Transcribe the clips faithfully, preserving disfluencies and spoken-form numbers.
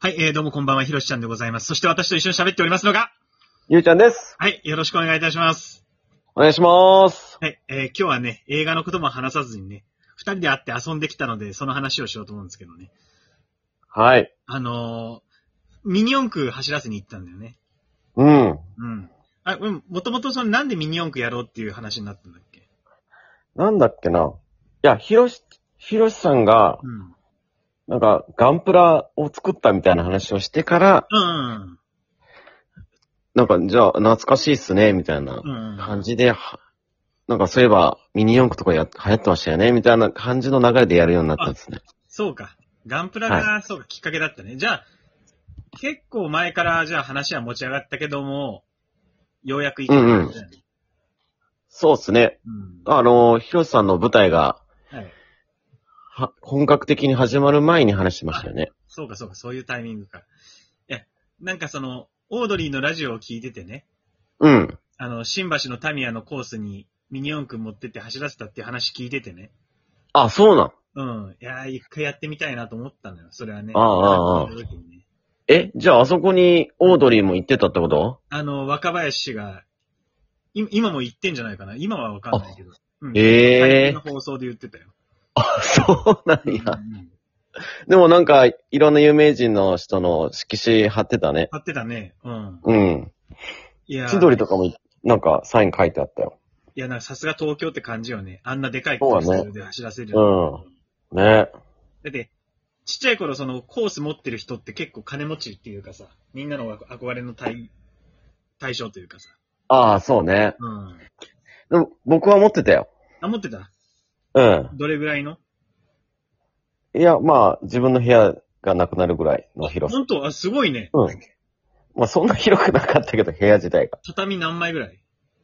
はい、えー、どうもこんばんは、ひろしちゃんでございます。そして私と一緒に喋っておりますのが、 ゆうちゃんです。 はい、よろしくお願いいたします。 お願いします。 はい、えー、今日はね、映画のことも話さずにね、二人で会って遊んできたので、その話をしようと思うんですけどね。 はい。 あのー、ミニ四駆走らせに行ったんだよね。 うん。 うん。あ、もともとそのなんでミニ四駆やろうっていう話になったんだっけ？ なんだっけな。いや、ひろし、ひろしさんが、 うん。 なんか、ガンプラを作ったみたいな話をしてから、 うん。 なんか、じゃあ、懐かしいっすね、みたいなうん。 感じで、はなんかそういえば、ミニ四駆とかや、流行ってましたよね、みたいな感じの流れでやるようになったんですね。 そうか。ガンプラが、 はそうか、きっかけだったね。じゃあ、結構前から、じゃあ話は持ち上がったけども、ようやく行けたんだよね。 そうっすね。 うん。 あの、ひろしさんの舞台が、 はい。 は、本格的に始まる前に話してましたよね。 そうかそうか、そういうタイミングか。いや、なんかその、オードリーのラジオを聞いててね、 うん。 あの、新橋のタミヤのコースにミニ四駆持ってって走らせたっていう話聞いててね。 あ、そうなん。 うん。いやー、一回やってみたいなと思ったのよ。それはね。 ああ、ああ、ああ。 聞いた時にね。 え、じゃああそこにオードリーも行ってたってこと？ あの、若林氏が、い今も言ってんじゃないかな。今はわかんないけど。うん。 ええー。 最近の放送で言ってたよ。 あ、そうなんや。 うんうんうんでもなんか、いろんな有名人の人の色紙貼ってたね。 貼ってたね。うん。 うん。 いやー、 千鳥とかも、なんか、サイン書いてあったよ。 いや、なんかさすが東京って感じよね。あんなでかいコースで走らせるうよ。 ん。ね。 だって、ちっちゃい頃そのコース持ってる人って結構金持ちっていうかさ、みんなの憧れの対、対象というかさ。 ああ、そうね。 うん。 でも、僕は持ってたよ。 あ、持ってた？ うん。 どれぐらいの？ いや、まあ、自分の部屋がなくなるぐらいの広さ。 ほんと？あ、すごいね。 うん。まあ、そんな広くなかったけど、部屋自体が。 畳何枚ぐらい？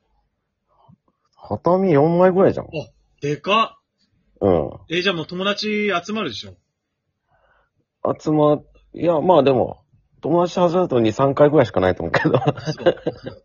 畳よんまいぐらいじゃん。 あ、でかっ。 うん。 え、じゃあもう友達集まるでしょ？ 集ま、いや、まあでも、友達と遊ぶとに、さんかいぐらいしかないと思うけど。 そう。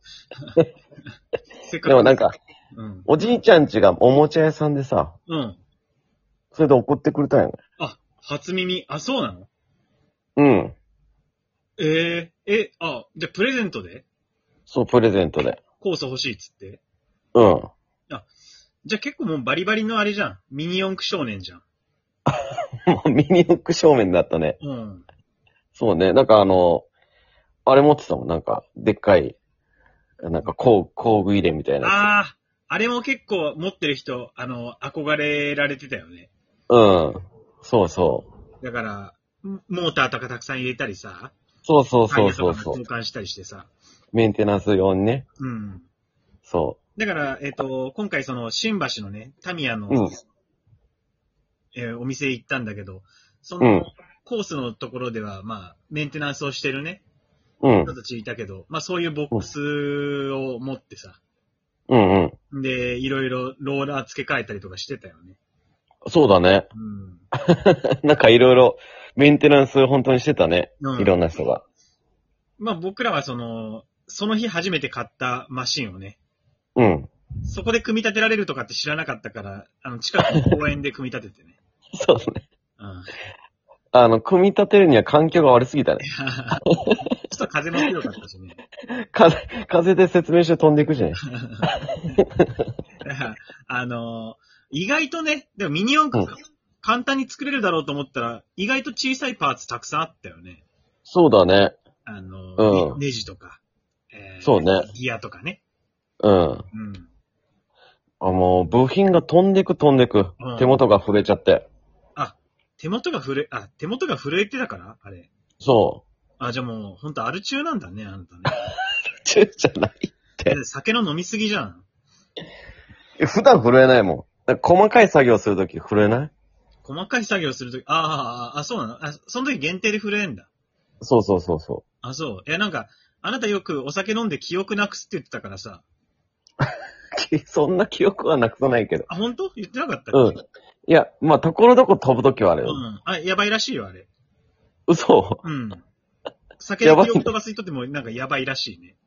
せっかく。 でもなんか、 うん。 おじいちゃん家がおもちゃ屋さんでさ、 うん。 それで送ってくれたよね。 あ、初耳。あ、そうなの？ うん。 えー、え、あ、じゃあプレゼントでそう、プレゼントで。 コース欲しいっつって。 うん。 じゃあ結構もうバリバリのあれじゃん。ミニ四駆少年じゃん。 もうミニ四駆正面だったね。 うん。 そうね。なんかあの、あれ持ってたもん。なんか、でっかい、なんか工、工具入れみたいなやああ、あれも結構持ってる人、あの、憧れられてたよね。 つ。うん。そうそう。 だから、モーターとかたくさん入れたりさ、 そうそうタイそうそうそう。 ヤとかも交換したりしてさ。 メンテナンス用にね。 うん。 そだから、えっ、と、今回その、新橋のね、タミヤの、 う。うん。 えーお店行ったんだけど、その、 うん。 コースのところでは、まあ、メンテナンスをしてるね、 うん。 人たちいたけど、まあそういうボックスを持ってさ、 うんうん。 で、いろいろローラー付け替えたりとかしてたよね。 そうだね。 うん。 なんかいろいろメンテナンス本当にしてたね。 うんいろんな人が。 まあ僕らはその、その日初めて買ったマシンをね、 うん。 そこで組み立てられるとかって知らなかったから、あの、近くの公園で組み立ててね。 そうですね。 うん。 あの、組み立てるには環境が悪すぎたね。 ちょっと風も強かったしね。 風、風で説明書飛んでいくしね。 だからあの意外とね、でもミニ四駆が簡単に作れるだろうと思ったら、意外と小さいパーツたくさんあったよね。 そうだね。 あの、 うんネジとか、えーそうね。 ギアとかね。 うん。 うん。 あ、もう、部品が飛んでく飛んでく。 うん手元が震えちゃって。 あ、手元が震え、あ、手元が震えてたからあれ。 そあ、じゃあもう、ほんとアル中なんだね、あんたね。 う。ちゅじゃないって。 酒の飲みすぎじゃん。 普段震えないもん。だから細かい作業するとき震えない？ 細かい作業するとき、ああ、あ、そうなのあ、その時限定で震えんだ。 そうそうそうそあ、そう。いや、なんか、あなたよくお酒飲んで記憶なくすって言ってたからさ。 う。そんな記憶はなくさないけど。 あ、本当？言ってなかったっけ？ うん。いや、まあ、ところどころ飛ぶときはあるよ。 うん。あ、やばいらしいよ、あれ。 嘘。 うん。酒で記憶とか吸いとってもなんかやばいらしいね。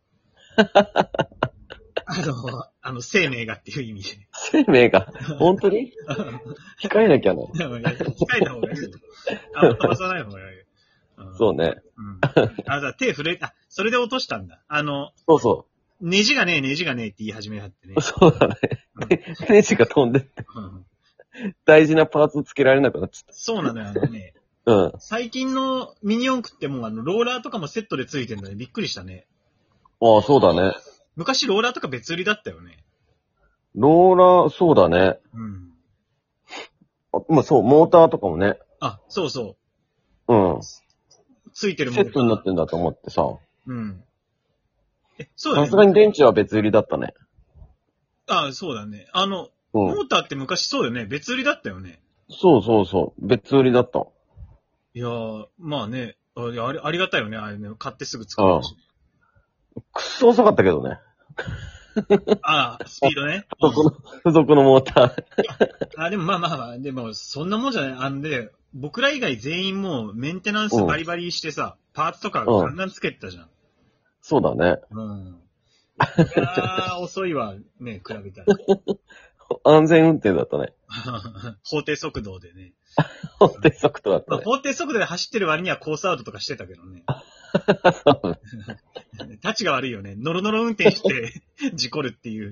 あの、あの、生命がっていう意味で。 生命が、本当に控えなきゃね。 控えた方がいいよ。あんま飛ばさない方がいい。 うん、 そうね。 うん。あ、じゃあ手震え、あ、それで落としたんだ。あの、 そうそう。 ネジがねえ、ネジがねえって言い始めはってね。 そうだね。 うん、 ネジが飛んでって、 うん、 大事なパーツつけられなくなっちゃっそうなのよ、あのね。 た。うん。 最近のミニ四駆ってもうあの、ローラーとかもセットでついてるのでびっくりしたね。 ああ、そうだね。 昔ローラーとか別売りだったよね。 ローラー、そうだね。 うん。 あまあそう、モーターとかもね。 あ、そうそうん。 う。ついてるもん。 セットになってんだと思ってさ。 うん。え、そうだね。 さすがに電池は別売りだったね。 あ、そうだね。あの、 うん。 モーターって昔そうだよね。別売りだったよね。 そうそうそう。別売りだった。 いやー、まあね。あいやありありがたいよね。あれね。買ってすぐ使うし。 くっそ遅かったけどね。 ああ、スピードね。 付属の、付属のモーター。 あ、でもまあまあまあ、でもそんなもんじゃない。あんで、僕ら以外全員もうメンテナンスバリバリしてさ、パーツとかガンガンつけてたじゃん。 そうだね。 うん。いやー、遅いわ、ね、比べたら。 安全運転だったね。 法定速度でね。 法定速度だったまあ、 ね。 法定速度で走ってる割にはコースアウトとかしてたけどね。タチが悪いよね。ノロノロ運転して事故るっていう。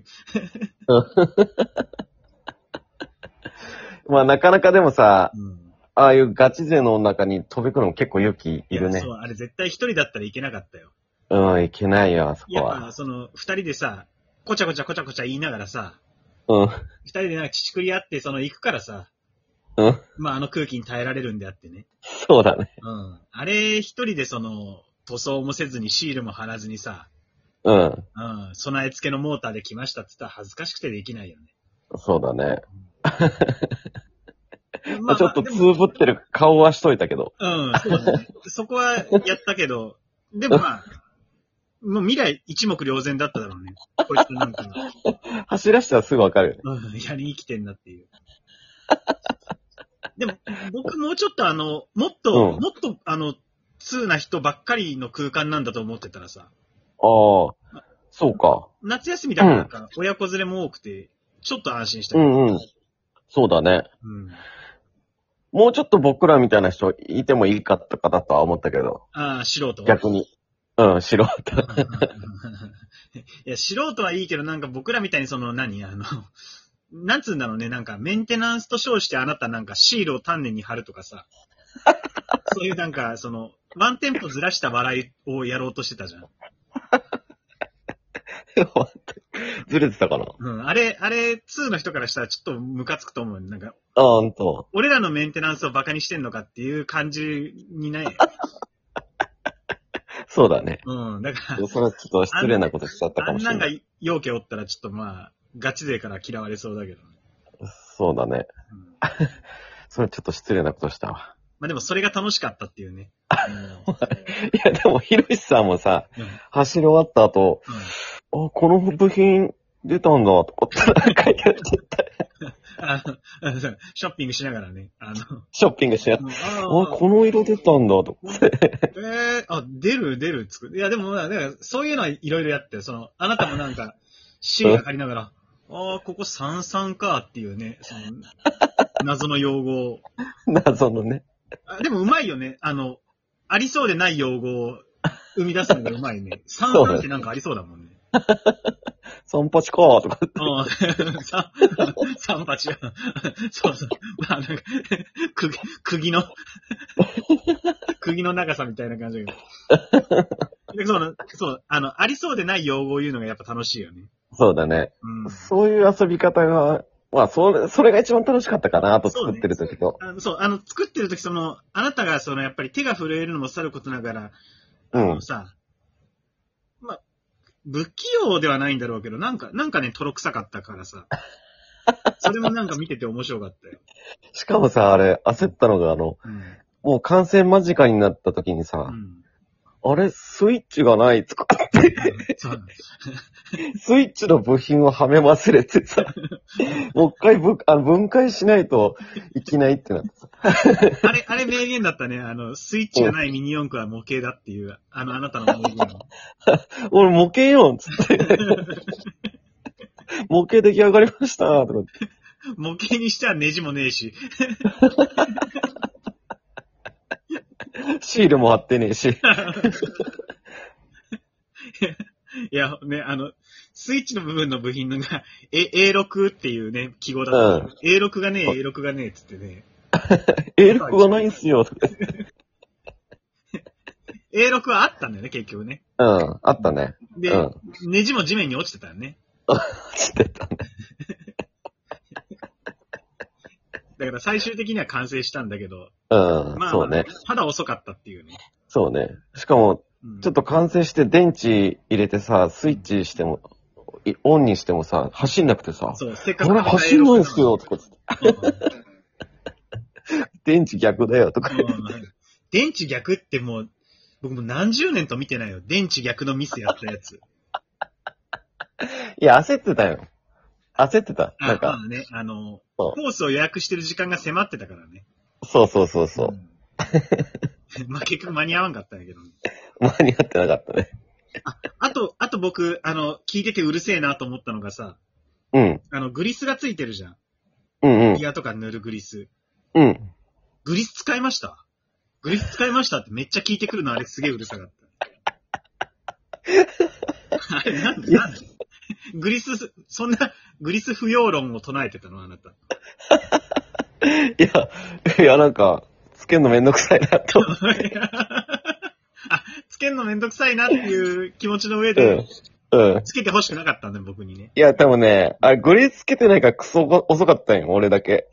まあなかなかでもさ、 うん、 ああいうガチ勢の中に飛び込むの結構勇気いるね。 そう、あれ絶対一人だったらいけなかったよ。 うん、いけないよ、あそこは。 やっぱ、その、二人でさ、こちゃこちゃこちゃこちゃ言いながらさ、 うん。 二人でなんか乳くり合って、その、行くからさ、 うん。 まあ、あの空気に耐えられるんであってね。 そうだね。 うん。あれ、一人でその、塗装もせずにシールも貼らずにさ、 うん。 うん、備え付けのモーターで来ましたって言ったら恥ずかしくてできないよね。 そうだね。 まあ、 まあ、ちょっとつぶってる顔はしといたけど。 うん、そうだね。そこはやったけど、でもまあ、もう未来一目瞭然だっただろうね。こいつなんか、 走らしたらすぐわかるよね。 うん、やりに来てんなっていう。でも、僕もうちょっとあの、もっと、 うんもっとあの、通な人ばっかりの空間なんだと思ってたらさ、 ああ、そうか。 夏休みだからなんか親子連れも多くて、ちょっと安心したけど。 うんうん。そうだね。 うん。 もうちょっと僕らみたいな人いてもいいかったかなとは思ったけど。 ああ、素人。 逆に。うん、素人。 いや、素人はいいけど、なんか僕らみたいにその何、あの、なんつうんだろうね、なんかメンテナンスと称してあなたなんかシールを丹念に貼るとかさ、そういうなんか、その、ワンテンポずらした笑いをやろうとしてたじゃん。 ずれてたかな。 うん。あれ、あれ、ツーの人からしたらちょっとムカつくと思う。なんか、 ああ、ほんと。 俺らのメンテナンスをバカにしてんのかっていう感じにね。 そうだね。 うん。だから、 それはちょっと失礼なことしちゃったかあんなんがもしれない。 陽気おったらちょっとまあ、ガチ勢から嫌われそうだけどね。 そうだね。 うん、 それちょっと失礼なことしたわ。 まあでもそれが楽しかったっていうね。 いや、でも、ひろしさんもさ、 うん、 走り終わった後、 うん、 あ、この部品出たんだ、とかってなんか言ってた。 あのショッピングしながらね。あの、 ショッピングしながら、あ、この色出たんだ、とかって。 えー、あ、出る出るつく。いやでも、だからそういうのはいろいろやって、その、あなたもなんか、シール貼りながら、ああ、ここ三三かっていうね、その、謎の用語を。 謎のね。 あでもうまいよね。あの、ありそうでない用語を生み出すのがうまいね。三三ってなんかありそうだもんね。 三八かーとか。 うん。三、三八。そうそう。まあなんか、く、釘の、釘の長さみたいな感じだけど。でそうな、そう、あの、ありそうでない用語を言うのがやっぱ楽しいよね。 そうだね。 うん。 そういう遊び方が、まあ、それ、それが一番楽しかったかなと作ってる時と。 あのそう、あの、作ってる時その、あなたがその、やっぱり手が震えるのもさることながら、あのさ、まあ、不器用ではないんだろうけど、なんか、なんかね、とろ臭かったからさ。それもなんか見てて面白かったよ。 しかもさ、あれ、焦ったのが、あの、 うん、 もう完成間近になった時にさ、 うん、 あれ、スイッチがないとかってそうなんスイッチの部品をはめ忘れてさ、もう一回ぶあの分解しないといけないってなってさ。 あれ、あれ名言だったね。あの、スイッチがないミニ四駆は模型だっていう、あの、あなたの名言。 俺模型よつって。模型出来上がりましたとかって。 模型にしてはネジもねえし。 シールも貼ってねえし。 いや、ね、あの、スイッチの部分の部品が、エーろく っていうね、記号だった。うん、エーろく がねえ、エーろく がねえ、つってね。 エーろく がないんすよ、とか。 エーろく はあったんだよね、結局ね。 うん、あったね。 で、うん、ネジも地面に落ちてたよね。 落ちてたね。 だから最終的には完成したんだけど。 うん、まあ、そうね。 ただ遅かったっていうね。 そうね。しかも、ちょっと完成して電池入れてさ、スイッチしても、オンにしてもさ、走んなくてさ、 そう、せっかく。 これ走んないんすよ、とかつって。電池逆だよ、とか。 電池逆ってもう、僕も何十年と見てないよ。電池逆のミスやったやつ。 いや、焦ってたよ。焦ってた。なんか。 まあね、あの、コースを予約してる時間が迫ってたからね。 そうそうそうそう。うん、 まあ結局間に合わんかったんやけど、ね。 間に合ってなかったね。 あ、あと、あと僕、あの、聞いててうるせえなと思ったのがさ、 うん。 あの、グリスがついてるじゃん。 うんうん。 ギアとか塗るグリス。 うん。 グリス使いましたグリス使いましたってめっちゃ聞いてくるのあれすげえうるさかった。あれなんでなんでグリス、そんなグリス不要論を唱えてたのあなた。 いや、いやなんか、つけんのめんどくさいなと。 あ、つけんのめんどくさいなっていう気持ちの上で、うん。うん、つけて欲しくなかったんだよ、僕にね。 いや、多分ね、あれ、グリスつけてないからクソ遅かったんよ、俺だけ。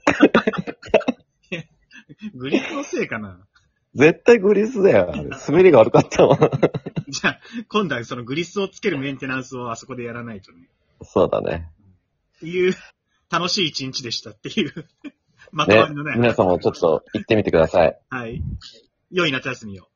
グリスのせいかな。 絶対グリスだよ。滑りが悪かったわ。 じゃあ、今度はそのグリスをつけるメンテナンスをあそこでやらないとね。 そうだね。 っていう、楽しい一日でしたっていう。まとまりのね。 皆さんもちょっと行ってみてください。 はい。良い夏休みを。